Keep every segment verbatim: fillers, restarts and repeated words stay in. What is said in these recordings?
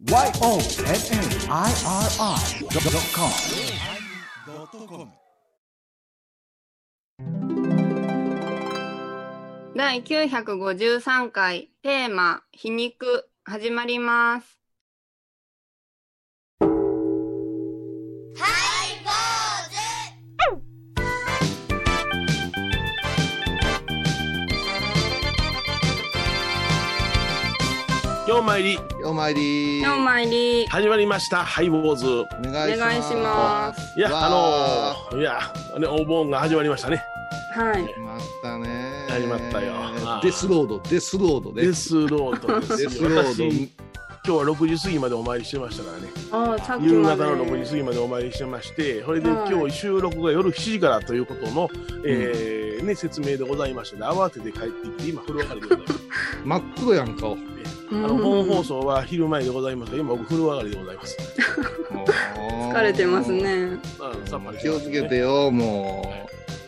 ワイオーエヌエヌアイアールアイドットコムだいきゅうひゃくごじゅうさんかいテーマ皮肉始まります。 ようまいりようまいりようまいり始まりましたハイボーズ。 お願いします。 お願いします。 いやあのー、いやねお盆が始まりましたね。 はい始まったね。 始まったよ。 デスロードデスロードね。 デスロードですよ。 デスロード私今日はろくじ過ぎまでお参りしてましたからね。 あさっき夕まで方のろくじ過ぎまでお参りしてまして、それではい今日収録が夜しちじからということの、えーね、説明でございましたので慌てて帰ってきて今風呂上がりでございます。 真っ黒やん顔。 あの本放送は昼前でございますが今僕風呂上がりでございます。 疲れてますね。 あさっぱりして気をつけてよ、もう、はい、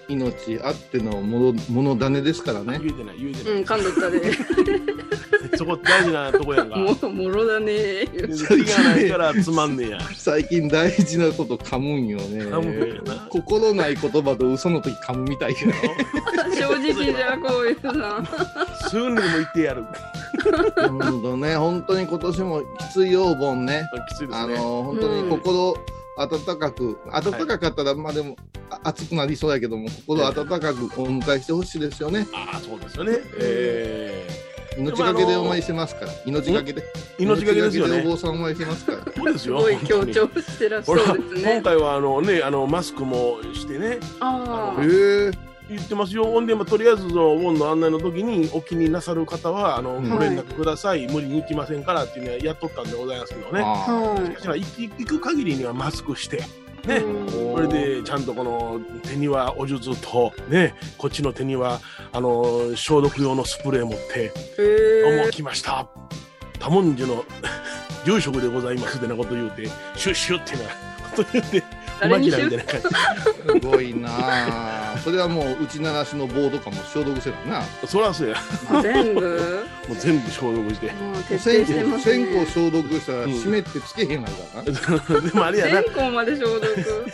命あってのもの、もの種ですからね。 言うてない言うてない、 うん、噛んどったでそこ大事なとこやんか。 ももろだね。 気がないからつまんねえや。 最近大事なこと噛むんよね。 噛むんやな。 心ない言葉と嘘の時噛むみたいよ。 正直じゃこういうさすぐにでも言ってやる。 本当ね、本当に今年もきついよお盆ね。 きついですね。 あの本当に心温かく、温かかったら、はい、まあでも暑くなりそうやけども心温かくお迎えしてほしいですよね。 ああそうですよね。えー、命がけでお参りしてますから。命がけで。 命がけですよね。 命がけでお坊さんお参りしてますから。 そうですよ。 すごい強調してらっしゃるんですね。 今回はあのねあのマスクもしてね。 ああ。 へえ。 言ってますよ。ほんで、まあ、とりあえずのお盆の案内の時にお気になさる方はあの、うん、ご連絡ください、無理に行きませんからっていうのはやっとったんでございますけどね。しかし、まあ、行き行く限りにはマスクしてね、それでちゃんとこの手にはお数とね、こっちの手にはあの消毒用のスプレー持って「どうも来ました多文字の住職でございます」ってなこと言うてシュッシュッってなこと言って誰にしゅすごいなぁ。それはもう打ち流しの棒とかも消毒してるな。 そらそうや。 全部もう全部消毒して。 線香線香消毒したら湿ってつけへんなるからな。 でもあれやな。 線香まで消毒。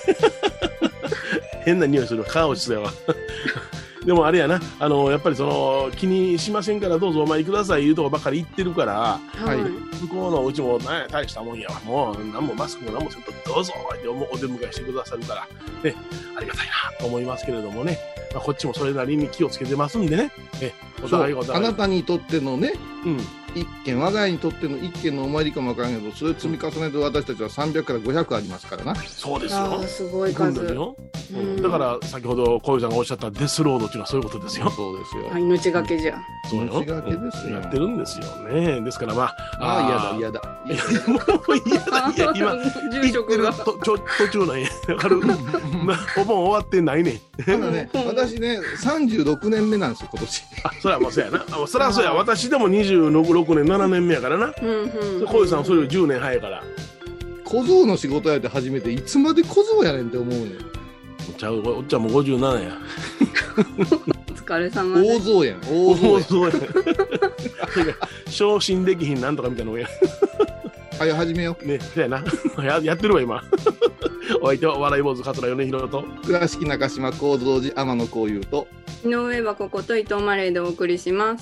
変な匂いする顔してたわ。でもあれやな、あのやっぱりその気にしませんからどうぞお参りくださいいうとこばっかり言ってるから、はい、向こうのうちも、ね、大したもんやわ、もう何もマスクも何もせんとどうぞってお出迎えしてくださるから、ね、ありがたいなと思いますけれどもね、まあ、こっちもそれなりに気をつけてますんでね、えお互いお互いあなたにとってのね、 うん、 一件我が家にとっての一件のお参りかもわからんけど、それを積み重ねて私たちはさんびゃくからごひゃくありますからな。 そうですよ。 すごい数。 うん、だから先ほど小遊さんがおっしゃったデスロードっていうのはそういうことですよ。 そうですよ。 命がけじゃ。 そうよ。 命がけですよ。 やってるんですよね。ですからまあ、 ああ嫌だ嫌だ。 もう嫌だ嫌だ今住職がとちょ途中なんや。わかる？お盆終わってないね。 ただね、私ねさんじゅうろくねんめなんですよ今年。 あ、それはもうそうやな。それはそうや。私でもにじゅうろくねんななねんめやからな。小遊さんそれよりじゅうねん早いから。 小僧の仕事やって初めていつまで小僧やねんって思うねん。 ちゃうおっちゃんもごじゅうななや。 お疲れ様です。 大僧やん。大僧やん。昇進できひんなんとかみたいなのや。 はよ始めよう。ね、そうやな。や, やってるわ今。お相手は笑い坊主桂米広と倉敷中島幸三寺天野幸雄と井上はここと伊藤マレーでお送りします。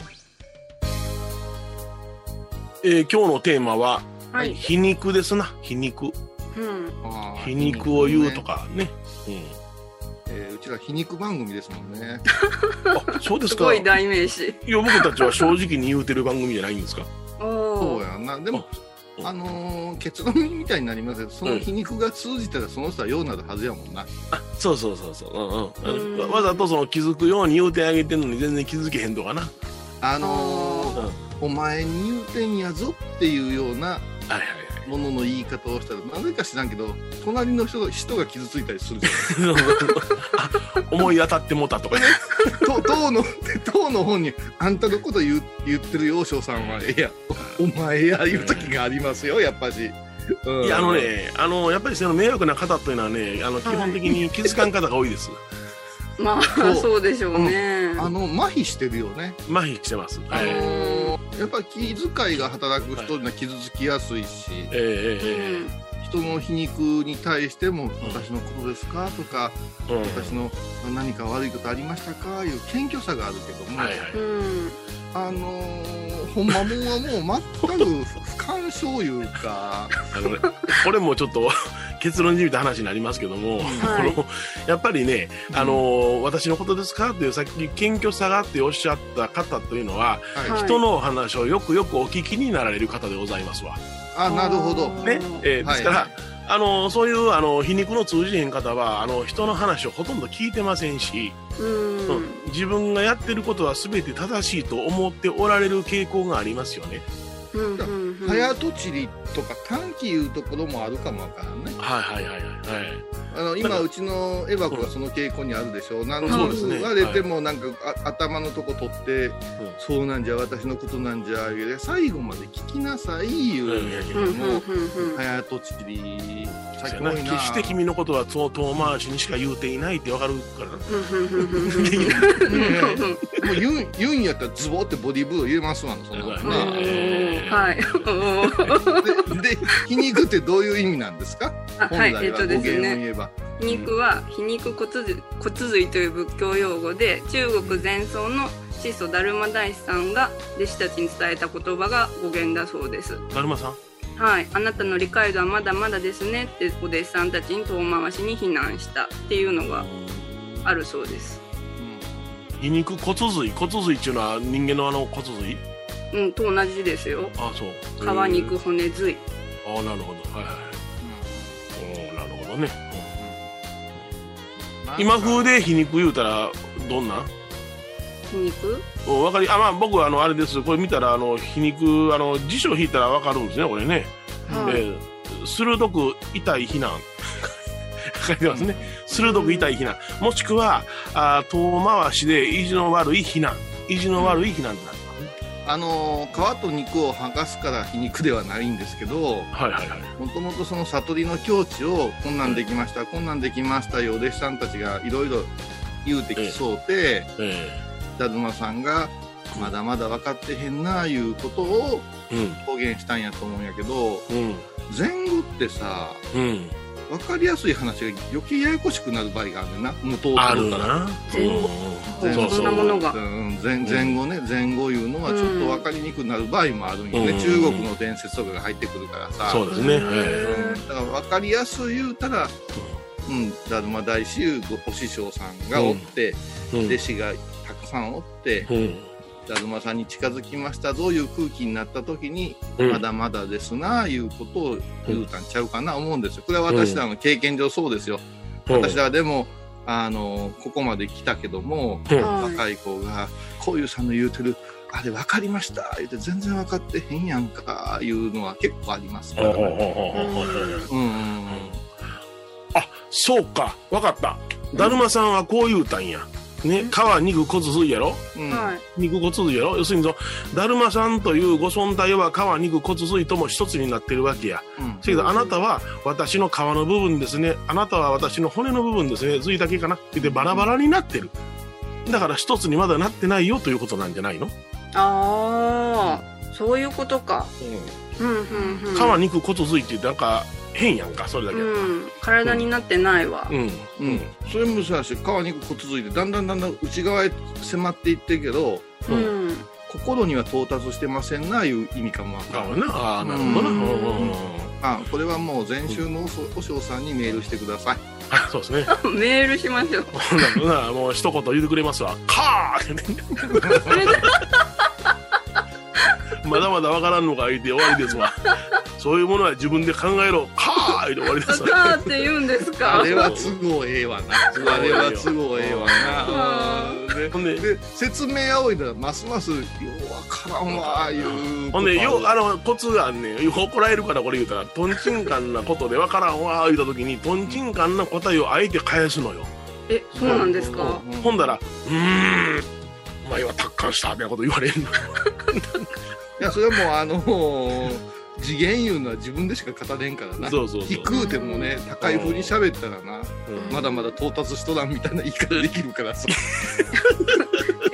えー、今日のテーマは、 はい、 皮肉ですな。皮肉。 うん、 皮肉を言うとかね。うん、 えー、うちら皮肉番組ですもんね。 あ、そうですか。 すごい代名詞。 いや、僕たちは正直に言うてる番組じゃないんですか。 そうやな。でもあのー、結論みたいになりますけど、その皮肉が通じたらその人はようなるはずやもんな。 あ、そうそうそうそう。うんうん。わざとその気づくように言うてあげてんのに全然気づけへんとかな。 あのー、お前に言うてんやぞっていうようなものの言い方をしたら、なぜか知らんけど隣の人人が傷ついたりするじゃない思い当たってもたとかね。 当の当の本にあんたのこと言う言ってる陽翔さんはええやお前やいう時がありますよ、やっぱし。 うん、いやあのねあのやっぱりその迷惑な方というのはね、あの基本的に気づかん方が多いです。 まあそうでしょうね。 うん、あの麻痺してるよね。 麻痺してます。 あのーやっぱり気遣いが働く人には傷つきやすいし、 えーえー人の皮肉に対しても、私のことですかとか、うん、私の何か悪いことありましたかいう謙虚さがあるけども、はいはい、あのー、ほんまもんはもう全く不干渉いうかあの、ね、これもちょっと結論じみた話になりますけども、はい、このやっぱりね、あのー、私のことですかっていうさっき謙虚さがっておっしゃった方というのは、はい、人のお話をよくよくお聞きになられる方でございますわ。 あ、なるほど。 ね、えー、ですから、はいはい、あのそういうあの皮肉の通じへん方はあの人の話をほとんど聞いてませんし、うん、うん、自分がやってることは全て正しいと思っておられる傾向がありますよね。 うんうんうん、早とちりとか短期いうところもあるかもわからんね。 はいはいはいはい。 あの今うちのエバ子がその傾向にあるでしょう。何度言われてもなんか、はい、頭のとこ取って、うん、そうなんじゃ私のことなんじゃ最後まで聞きなさい言うんやけども、早とちり最高いな。 決して君のことは遠回しにしか言うていないってわかるから。もう言う言うんやったらズボってボディーブロー言えますわのそんなのね。 はい。 で、皮肉ってどういう意味なんですか？ はい、えっとですね。皮肉は皮肉骨髄という仏教用語で、中国禅僧の始祖達磨大師さんが弟子たちに伝えた言葉が語源だそうです。 達磨さん？ はい、あなたの理解度はまだまだですねってお弟子さんたちに遠回しに非難したっていうのがあるそうです。 皮肉骨髄骨髄っていうのは人間のあの骨髄？ うん、と同じですよ。 あ、そう。 皮肉骨髄。 あ、なるほど。はいはい。うん、なるほどね。うん、今風で皮肉言うたらどんな？ 皮肉？ わかり、あ、まあ僕はあのあれです。これ見たらあの皮肉あの辞書引いたらわかるんですね。これね。はい、えー、鋭く痛い非難。書いてますね。鋭く痛い非難。もしくはあ遠回しで意地の悪い非難。意地の悪い非難になる。 あの皮と肉を剥がすから皮肉ではないんですけど、はいはいはい、もともとその悟りの境地をこんなんできました、うん、こんなんできましたよお弟子さんたちがいろいろ言うてきそうで、達磨さんがまだまだ分かってへんないうことを表現したんやと思うんやけど、うん、前後ってさ、うん、分かりやすい話が余計ややこしくなる場合があるねんな。元を取るから。 前後そんなものが、うん、 前, 前後ね前後いうのはちょっと分かりにくくなる場合もあるんよね、うん、中国の伝説とかが入ってくるからさ。 そうですね、うん、 だから分かりやすい言うたら、うん、達磨大師いうお師匠さんがおって、うん、弟子がたくさんおって、うん、達磨さんに近づきましたどういう空気になった時に、うん、まだまだですないうことを言うたんちゃうかな思うんですよ。これは私らの経験上そうですよ、うん、私らでもあのここまで来たけども、うん、若い子がこういうさんの言うてるあれ分かりました言って全然分かってへんやんかいうのは結構ありますから、ね、うん、 あ、そうか分かった。達磨さんはこう言うたんやね、皮肉骨髄やろ、うん、肉骨髄やろ。要するに達磨さんというご尊体は皮肉骨髄とも一つになってるわけや、うん、それであなたは私の皮の部分ですね、あなたは私の骨の部分ですね、髄だけかなって言ってバラバラになってる。だから一つにまだなってないよということなんじゃないの？ ああ、そういうことか、うんうんうんうん、 皮肉骨髄って言ってなんか変やんか、それだけ、うん、 体になってないわ、 うんうんうん、それもさし皮肉骨髄でだんだんだんだん内側へ迫っていってるけど、うん、心には到達してませんないう意味かもわかるな。 ああ、なるほどな、うんうんうん、 あ、これはもう前週のおしょうさんにメールしてください。 あ、そうですねメールしましょうなもう一言言ってくれますわ。カーまだまだわからんのか言って終わりですわそういうものは自分で考えろ。カーって終わりですわ。 カーって言うんですか。 あれは都合ええわな。あれは都合ええわな。ほんで、で説明仰いだらますますようわからんわいう。 ほんでよあのコツがあんねん。怒られるからこれ言うたらとんちんかんなことでわからんわ言うた時にとんちんかんな答えをあえて返すのよ。 え、そうなんですか。 うん、ほんだらうーんお前は達観したみたいなこと言われるの。 いやそれはもうあのー次元いうのは自分でしか語れんからな。 そうそうそう。 低うてもね、高い風に喋ったらな、うん、まだまだ到達しとらんみたいな言い方できるからさ。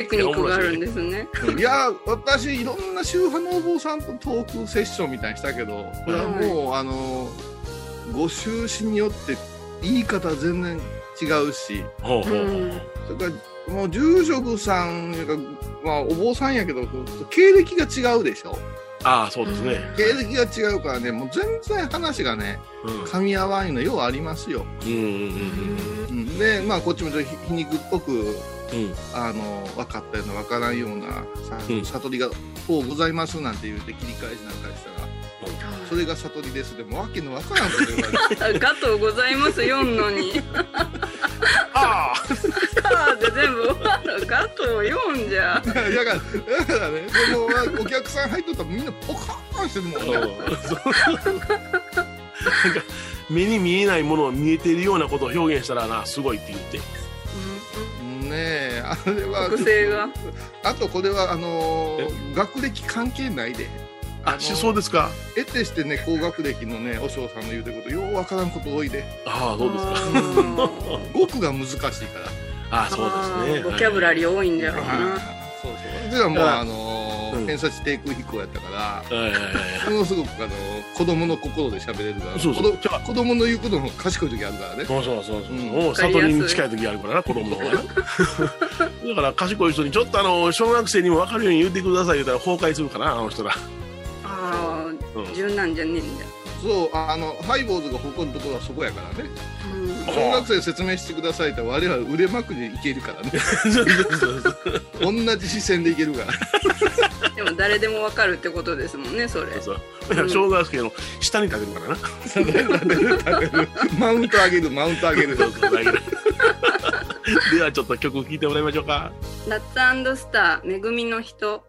クニックがあるんですね。 いや私いろんな宗派のお坊さんとトークセッションみたいにしたけど、これはもう、はい、あのご宗旨によって言い方全然違うし、ほうほうほう、それからもう住職さんが、まあ、お坊さんやけど経歴が違うでしょ。 ああそうですね。 経歴が違うからね、もう全然話がね、うん、噛み合わんのようありますよ。うんうんうんうん、でまあこっちもちょっと皮肉っぽく、うん、あの分かったような分からんようなうん、悟りがこうございますなんて言うて切り返しなんかしたら、うん、それが悟りですでもわけの分からんこと言われる。 ガとございますよんのにああガで全部ガとよんじゃ。だからだからね、でもお客さん入っとったらみんなポカーンしてるもんね。なんか目に見えないものを見えているようなことを表現したらな、すごいって言って、 うん、ねえ、あれは特性が。 あとこれはあのー、学歴関係ないで。 あ、そうですか。 得てしてね、高学歴のね、和尚さんの言うてることようわからんこと多いで。 ああ、そうですか。 語句が難しいから。 ああ、そうですね。 ボキャブラリー多いんじゃろうな。 そうそう。ではもうあのー、偏差値低空飛行やったから、ものすごくあの子供の心で喋れるから。そうそう。子供の言うことも賢い時あるからね。 そうそうそうそう。もう悟りに近い時あるからな、子供の方がな。だから賢い人にちょっとあの小学生にも分かるように言ってください言ったら崩壊するかな、あの人ら。 ああ、柔軟じゃねえんだ。 そう、あのハイボーズが誇るところはそこやからね。うん、小学生説明してくださいって我々腕まくりでいけるからね。同じ視線でいけるから。 でも誰でもわかるってことですもんね、それ。 そうそう、うん、小学生の下に立てるからな。 立てる立てる。マウント上げるマウント上げる。そうそう上げる。 ではちょっと曲聴いてもらいましょうか。 ラッツ&スター、めぐみの人。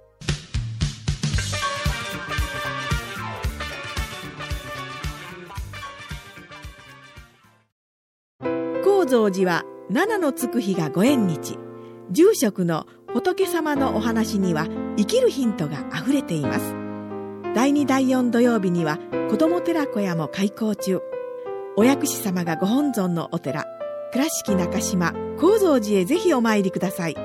高蔵寺は七のつく日がご縁日。住職の仏様のお話には生きるヒントがあふれています。だいにだいよん土曜日には子ども寺小屋も開校中。お薬師様がご本尊のお寺、倉敷中島・高蔵寺へぜひお参りください。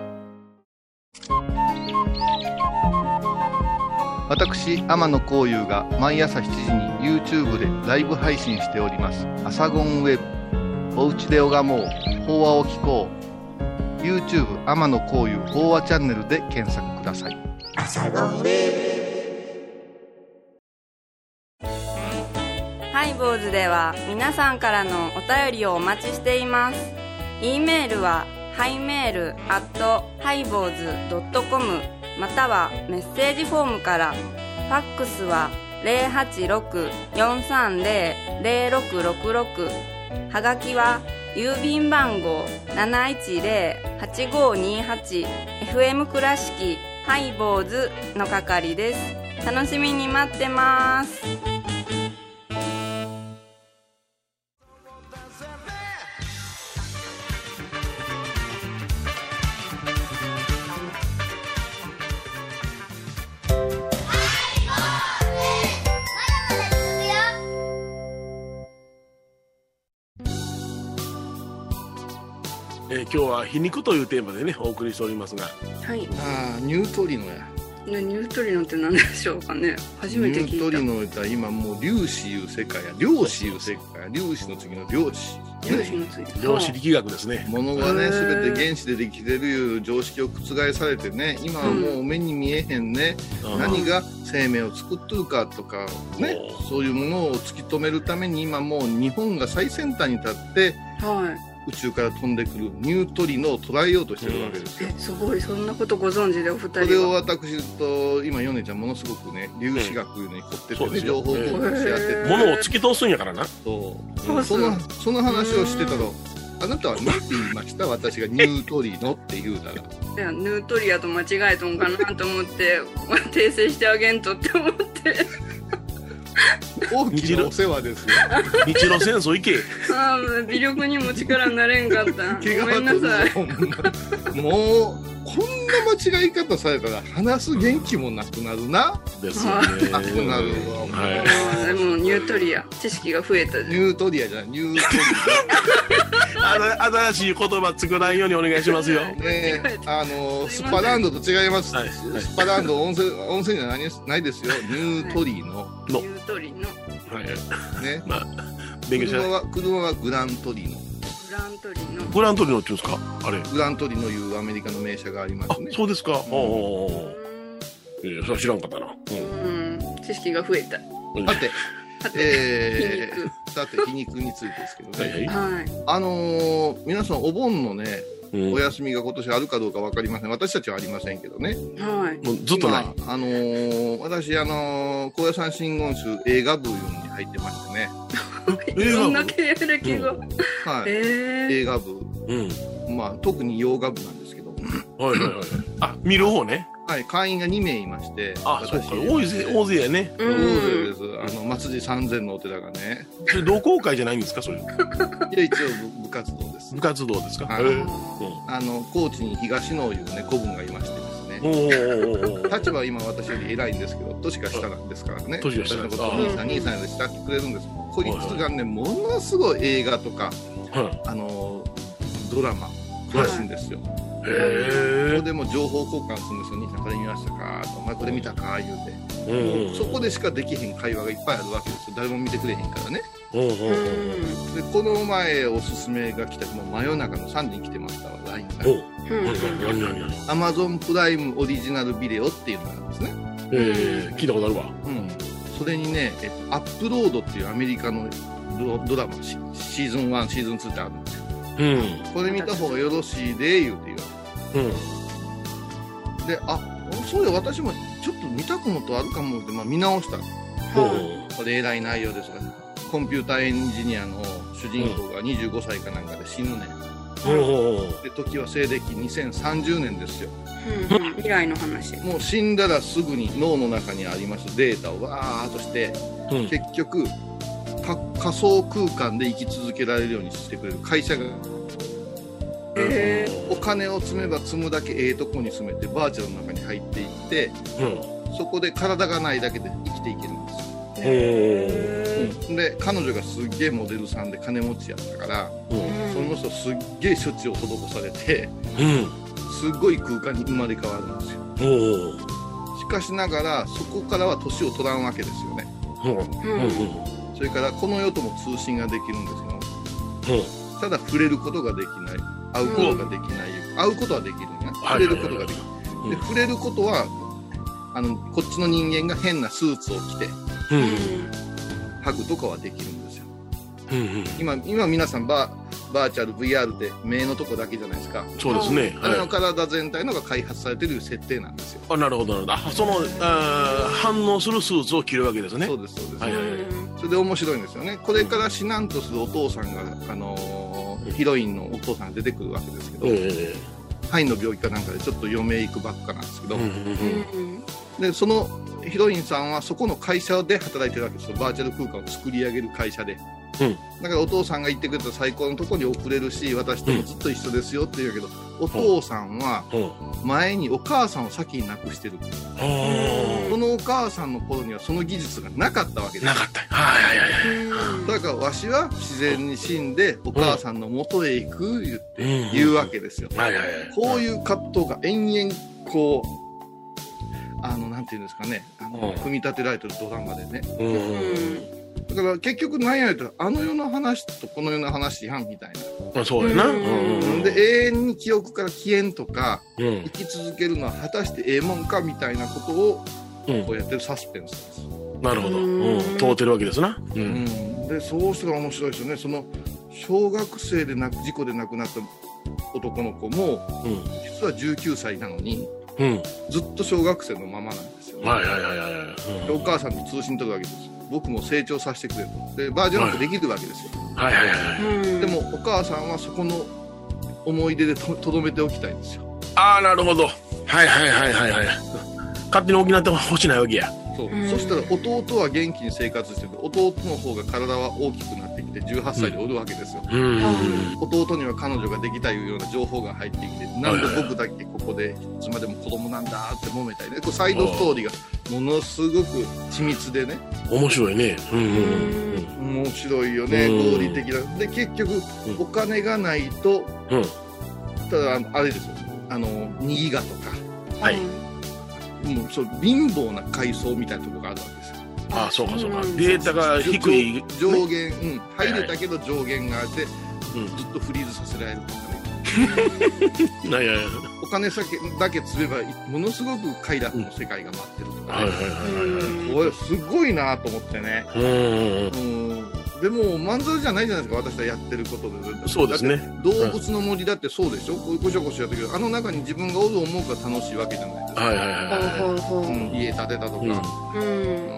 私天野幸雄が毎朝しちじに YouTube でライブ配信しておりますアサゴンウェブ。おうちで拝もう、法話を聞こう。 YouTube 天野幸雄法話チャンネルで検索ください。 ハイボーズでは皆さんからのお便りをお待ちしています。 E メールはハイメールアットハイボーズドットコムまたはメッセージフォームから。ファックスは ゼロはちろく よんさんゼロ ゼロろくろくろく。はがきは郵便番号 なないちゼロ はちごにはち エフエム 倉敷ハイボーズの係です。楽しみに待ってます。 えー、今日は皮肉というテーマでねお送りしておりますが、 はい、 ああニュートリノや。 ニュートリノって何でしょうかね。初めて聞いた。 ニュートリノって今もう粒子いう世界や、量子いう世界や、粒子の次の量子、 量子の次、 量子力学ですね。 ものがね全て原子でできてるいう常識を覆されてね、今はもう目に見えへんね、うん、何が生命を作っとるかとかね、そういうものを突き止めるために今もう日本が最先端に立って、はい宇宙から飛んでくるニュートリノを捉えようとしてるわけですよ。 えすごい、そんなことご存知でお二人は。 それを私と今ヨネちゃんものすごくね粒子学いうのに凝ってて、ね、情報交換し合ってて、 ものを突き通すんやからな。 そう、うん、そのその話をしてたら、あなたは何て言いました？私がニュートリノって言うたら。 いやヌートリアと間違えとんかなと思って訂正してあげんとって思って。 大きなお世話ですよ。 日露戦争行け。 ああ、微力にも力になれんかった。ごめんなさい。 もうこんな間違い方されたら話す元気もなくなるな。 ですよね。 なくなるわ。 はい。でもニュートリア知識が増えた。 ニュートリアじゃないニュートリア。 新しい言葉作らんようにお願いしますよ。 ね、あのスパランドと違います。はいはい、スパランド温泉温泉じゃないないですよ。ニュートリーの。 ニュートリーの。 はい。ね。まあ勉強し車は車はグラントリーの。 グラントリーの。 グラントリーのって言うんですか。あれ。 グラントリーのいうアメリカの名車がありますね。 あ、そうですか。おお。いや、それは知らんかったな。 うん。知識が増えた。 さて、えー、さて皮肉についてですけどね。はい。あのー、皆さんお盆のね、うん、お休みが今年あるかどうかわかりません。私たちはありませんけどね。 はい。 もうずっとない。 あのー、私あのー、高野山真言宗映画部に入ってましてね。 いろんな経歴が。うん、はい。 えー、映画部。うん。まあ特に洋画部なんですけど。 はいはいはい。あ、見る方ね。 はい、会員がにめいいまして、 あ、そうか、大勢、大勢やね。 大勢です。あの、松寺三千のお寺がね。 それ同好会じゃないんですか、それ。いや、一応部活動です。 部活動ですか。 はい。あの、高知に東野いうね、子分がいましてですね。立場は今私より偉いんですけど、年が下なんですからね。 年が下なんですか。 兄さん、兄さんで慕ってくれるんです。こいつがね、ものすごい映画とか、あの、ドラマ、詳しいんですよ。へー。そこでも情報交換するんですよ。兄さんこれ見ましたかと、お前これ見たか言うて、うんうん、そこでしかできへん会話がいっぱいあるわけですよ。誰も見てくれへんからね。うんうんうん、でこの前おすすめが来たもう真夜中のさんじに来てましたわ、ライン が。アマゾンプライムオリジナルビデオっていうのがあるんですね。 えー、聞いたことあるわ。 うん。それにね、えっと、アップロードっていうアメリカの ド, ドラマシーズンワン、シーズンツーってあるんですよ。うん。これ見た方がよろしいで言うて言われて。うん、で、あ、そうや、私もちょっと見たことあるかもって、まあ、見直した。これ偉い内容ですが、コンピューターエンジニアの主人公がにじゅうごさいかなんかで死ぬねん。うん、で、時は西暦にせんさんじゅうねんですよ。 うん、未来の話。 もう死んだらすぐに脳の中にありますデータをわーっとして、うん、結局か仮想空間で生き続けられるようにしてくれる会社が、えー、お金を積めば積むだけええとこに住めてバーチャルの中に入っていって、うん、そこで体がないだけで生きていけるんですよ。へー、うん、で彼女がすっげえモデルさんで金持ちやったから、うん、その人すっげえ処置を施されて、うん、すっごい空間に生まれ変わるんですよ。しかしながらそこからは年を取らんわけですよね。うん、それからこの世とも通信ができるんですよ。うん、ただ触れることができない、会うことができない、うん、会うことはできるんや、触れることができる、うん、で触れることはあのこっちの人間が変なスーツを着て、うん、ハグとかはできるんですよ。うんうん、今今皆さんバーバーチャル ブイアール で目のとこだけじゃないですか。 そうですね。 あれの体全体のが開発されてる設定なんですよ。 あ、なるほどなるほど。あ、そのあ反応するスーツを着るわけですね。 そうですそうです。はいはいはい、それで面白いんですよね。これから死なんとするお父さんが、あのー、ヒロインのお父さんが出てくるわけですけど、えー、肺の病気かなんかでちょっと余命いくばっかなんですけど、うんうんうん、でそのヒロインさんはそこの会社で働いてるわけですよ。バーチャル空間を作り上げる会社で。うん、だからお父さんが言ってくれた最高のところに送れるし、私ともずっと一緒ですよって言うけど、うん、お父さんは前にお母さんを先に亡くしてる、うん、そのお母さんの頃にはその技術がなかったわけです。 なかった。はいはいはい。 だからわしは自然に死んでお母さんの元へ行く言って言うわけですよ。こういう葛藤が延々こうあのなんていうんですかね、あの、うん、組み立てられてるドラマでね。うんだから結局何やったらあの世の話とこの世の話やんみたいな。あ、そうやな。うんうん、で永遠に記憶から消えんとか、うん、生き続けるのは果たしてええもんかみたいなことをこうやってるサスペンスです。 うん、なるほど。うん、通ってるわけですな。うん。うん、 でそうしたら面白いですよね。その小学生でな事故で亡くなった男の子も、うん、実はじゅうきゅうさいなのに、うん、ずっと小学生のままなんですよね。はいはいはいはい。うん、でお母さんと通信取るわけです。僕も成長させてくれと。でバージョンアップできるわけですよ。はいはいはいはい。でもお母さんはそこの思い出で と, とどめておきたいんですよ。 ああなるほど。はいはいはいはいはい。勝手に補ってほしないわけや。 そう。そしたら弟は元気に生活してる。弟の方が体は大きくなってきてじゅうはっさいでおるわけですよ。うん、弟には彼女ができたいうような情報が入ってきて、なんで僕だけここでいつまでも子供なんだって揉めたりね。こうサイドストーリーがものすごく緻密でね。 面白いね。うんうんうん、面白いよね。合理的な。で結局、うん、お金がないと、うん、ただあれですよ。あの新潟とか、はい、もうそう貧乏な階層みたいなところがあるわけですよ。 ああ、そうかそうか。データが低い上限、うん、入れたけど上限があって、はいはい、ずっとフリーズさせられるとかね。 いやいやお金だけ積めばものすごく快楽の世界が待ってるとかね。これすごいなと思ってね。うん、でもまんざらじゃないじゃないですか、私はやってることで。 そうですね。 動物の森だってそうでしょ。ごしょごしょやったけど、あの中に自分がおる思うから楽しいわけじゃないですか。はいはいはい。家建てたとか、うん、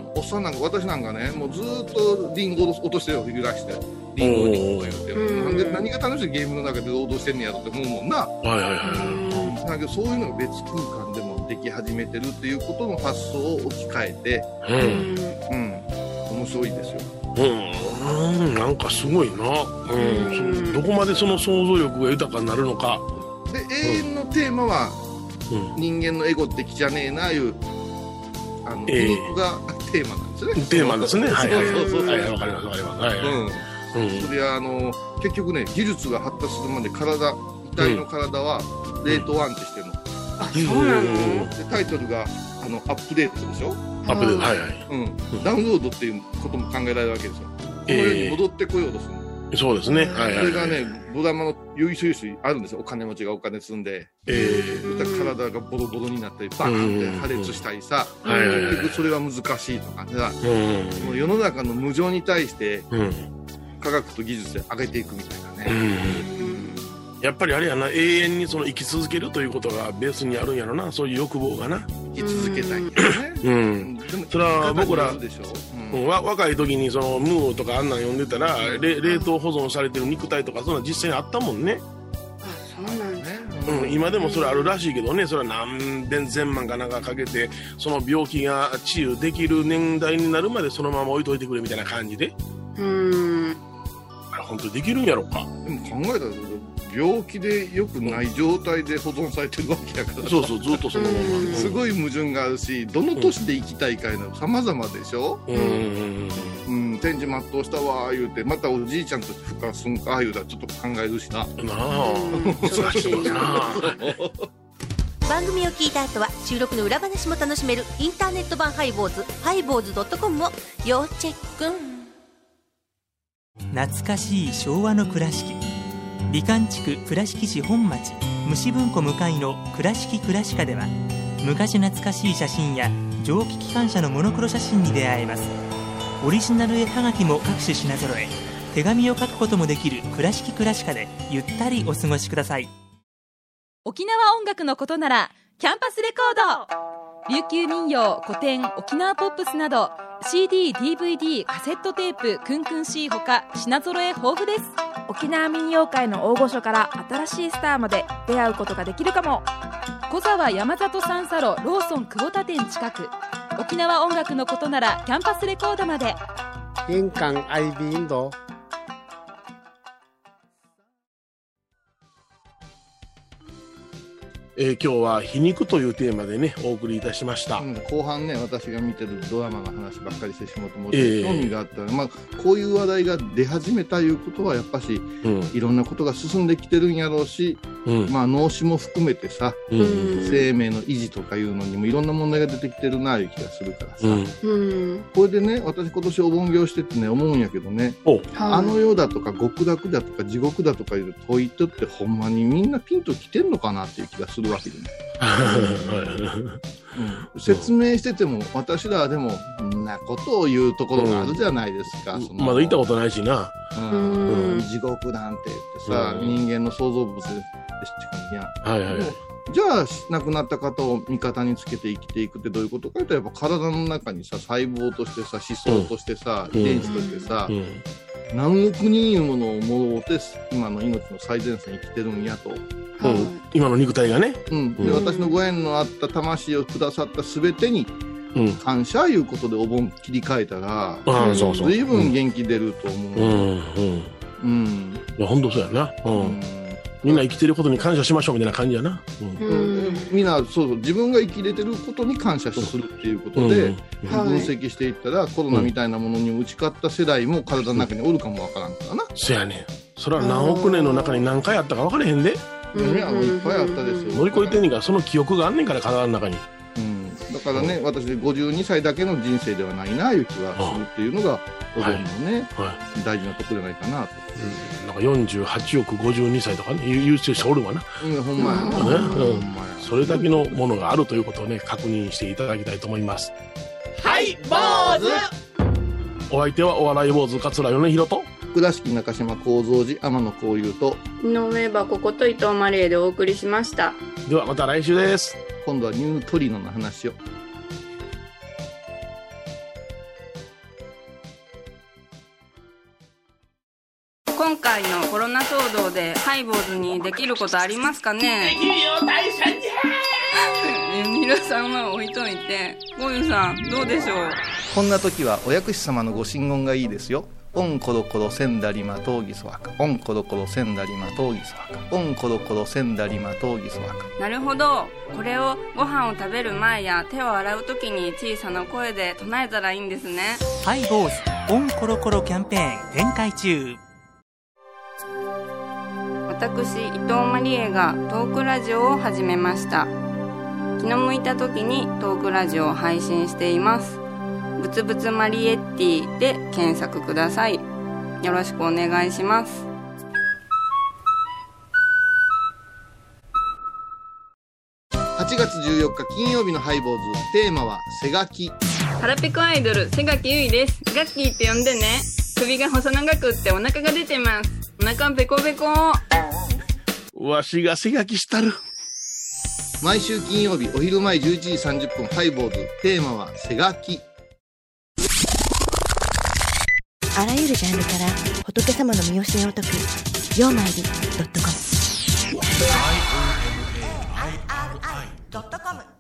おっさんなんか私なんかね、もうずっとリンゴを落としてる揺らしてリンゴをリンゴと言ってる。なんで何が楽しいゲームの中で労働してんねやろって思うもんな。はいはいはい。だけどそういうのが別空間でもでき始めてるっていうことの発想を置き換えて、うん、うん、面白いですよ。 うん、なんかすごいな。うん、どこまでその想像力が豊かになるのか。 で永遠のテーマは、うん、人間のエゴってきじゃねえないうあの、えー、がテーマなんですね。 テーマですね。はいはいそうそうはいわかりますわかります。はい。 うん。それはあの結局ね技術が発達するまで体遺体の体は冷凍安置してるの。 あ、そうなの？ でタイトルがあのアップデートでしょ。 アップデートはいはい。 うん。ダウンロードっていうことも考えられるわけですよ。このように戻ってこようとするの。 そうですね。はいはい。 それがね、ドラマの由緒々あるんですよ。お金持ちがお金積んで、えー、体がボロボロになったり、バーンって破裂したりさ、結局それは難しいとかね。もう世の中の無常に対して、科学と技術で上げていくみたいなね。 やっぱりあれやな、永遠にその生き続けるということがベースにあるんやろな、そういう欲望がな。 生き続けたいんだよね。うん。 でもそれは僕ら、うん、若い時にそのムーとかあんなん読んでたら、うん、冷凍保存されてる肉体とかそんな実際にあったもんね。 あ、そうなんね。 うん、今でもそれあるらしいけどね、それは何千万かなんかかけてその病気が治癒できる年代になるまでそのまま置いといてくれみたいな感じで。うーん。本当にできるんやろか。 でも考えたら病気で良くない状態で保存されてるわけやから、うん、 そうそうずっとそのまますごい矛盾があるし、どの年で生きたいかいうのは様々でしょ。うん、うん、天寿全うしたわ言うてまたおじいちゃんとして復活すんか言うたらちょっと考えるしな。なあ難しいな番組を聞いた後は収録の裏話も楽しめるインターネット版ハイボーズハイボーズ .com を要チェック。 懐かしい昭和の倉敷、美観地区倉敷市本町虫文庫向かいの倉敷倉歯科では昔懐かしい写真や蒸気機関車のモノクロ写真に出会えます。オリジナル絵はがきも各種品揃え、手紙を書くこともできる倉敷倉歯科でゆったりお過ごしください。 沖縄音楽のことならキャンパスレコード、琉球民謡、古典、沖縄ポップスなど シーディー、ディーブイディー、カセットテープ、クンクン C ほか品揃え豊富です。 沖縄民謡界の大御所から新しいスターまで出会うことができるかも。 小沢山里三佐路ローソン久保田店近く。沖縄音楽のことならキャンパスレコードまで。 印鑑 アイビー インド。 えー、今日は皮肉というテーマでねお送りいたしました、 うん、後半ね私が見てるドラマの話ばっかりしてしまうともう興味があったら、えーまあ、こういう話題が出始めたいうことはやっぱし、うん、いろんなことが進んできてるんやろうし、うんまあ、脳死も含めてさ、うん、生命の維持とかいうのにもいろんな問題が出てきてるないう気がするからさ、うん、これでね私今年お盆業してってね思うんやけどね、あの世だとか極楽だとか地獄だとかいう問いとってほんまにみんなピンときてんのかなっていう気がするわけでねうん、説明してても私らはでもそんなことを言うところがあるじゃないですか、うん、そのまだ行ったことないしな、 うんうん、地獄なんて言ってさ、うん、人間の創造物でしかいや、はいはいはい、じゃあ亡くなった方を味方につけて生きていくってどういうことかというとやっぱ体の中にさ細胞としてさ思想としてさ、うん、遺伝子としてさ、うんうん何億人いうものをもろうて今の命の最前線生きてるんやと、うん、 今の肉体がね、 うんでうん、私のご縁のあった魂をくださった全てに感謝いうことでお盆切り替えたら、うん、ずいぶん元気出ると思う、うんうんうん、 いや本当そうやな、うんうん、 みんな生きてることに感謝しましょうみたいな感じやな、うんうん、みんなそうそう自分が生きれてることに感謝するっていうことで、うん、分析していったら、はい、コロナみたいなものに打ち勝った世代も体の中におるかもわからんからな、 うん、そやねん。それは何億年の中に何回あったか分からへんで、 うん、いやいっぱいあったですよ。 乗り越えてんねんから、その記憶があんねんから体の中に、 うん、だからね、うん、私ごじゅうにさいだけの人生ではないないう気はするっていうのがおでんのね、はいはい、大事なところじゃないかなと、 うん、なんかよんじゅうはちおくごじゅうにさいとかね言う人おるわな、 うん、ほんまや、 ね、うん、それだけのものがあるということをね確認していただきたいと思います。 はい坊主。 お相手はお笑い坊主桂米宏と倉敷中島幸三寺天野幸雄と井上箱こと伊藤マリエでお送りしました。 ではまた来週です。 今度はニュートリノの話を。 今回のコロナ騒動でハイボーズにできることありますかね。 できるよ大社じゃ皆さんは置いといてゴユさんどうでしょう。 こんな時はお薬師様のご神言がいいですよ。オンコロコロセンダリマトウギソワカ、オンコロコロセンダリマトウギソワカ、オンコロコロセンダリマトウギソワカ。 なるほど。これをご飯を食べる前や手を洗う時に小さな声で唱えたらいいんですね。 ハイボーズオンコロコロキャンペーン展開中。 私伊藤マリエがトークラジオを始めました。気の向いた時にトークラジオを配信しています。ぶつぶつマリエッティで検索ください。よろしくお願いします。 はちがつじゅうよっか金曜日のハイボーズ、テーマは背書き。 腹ペコアイドル瀬垣結衣です。ガッキーって呼んでね。首が細長くってお腹が出てます。お腹ペコペコ。 わしが背書きしたる。 毎週金曜日お昼前じゅういちじさんじゅっぷんハイボーズ、テーマは背書き。 あらゆるジャンルから仏様の身教えを解く「曜マイルドットコム」「アイオーエムエーアイアールアイドットコム」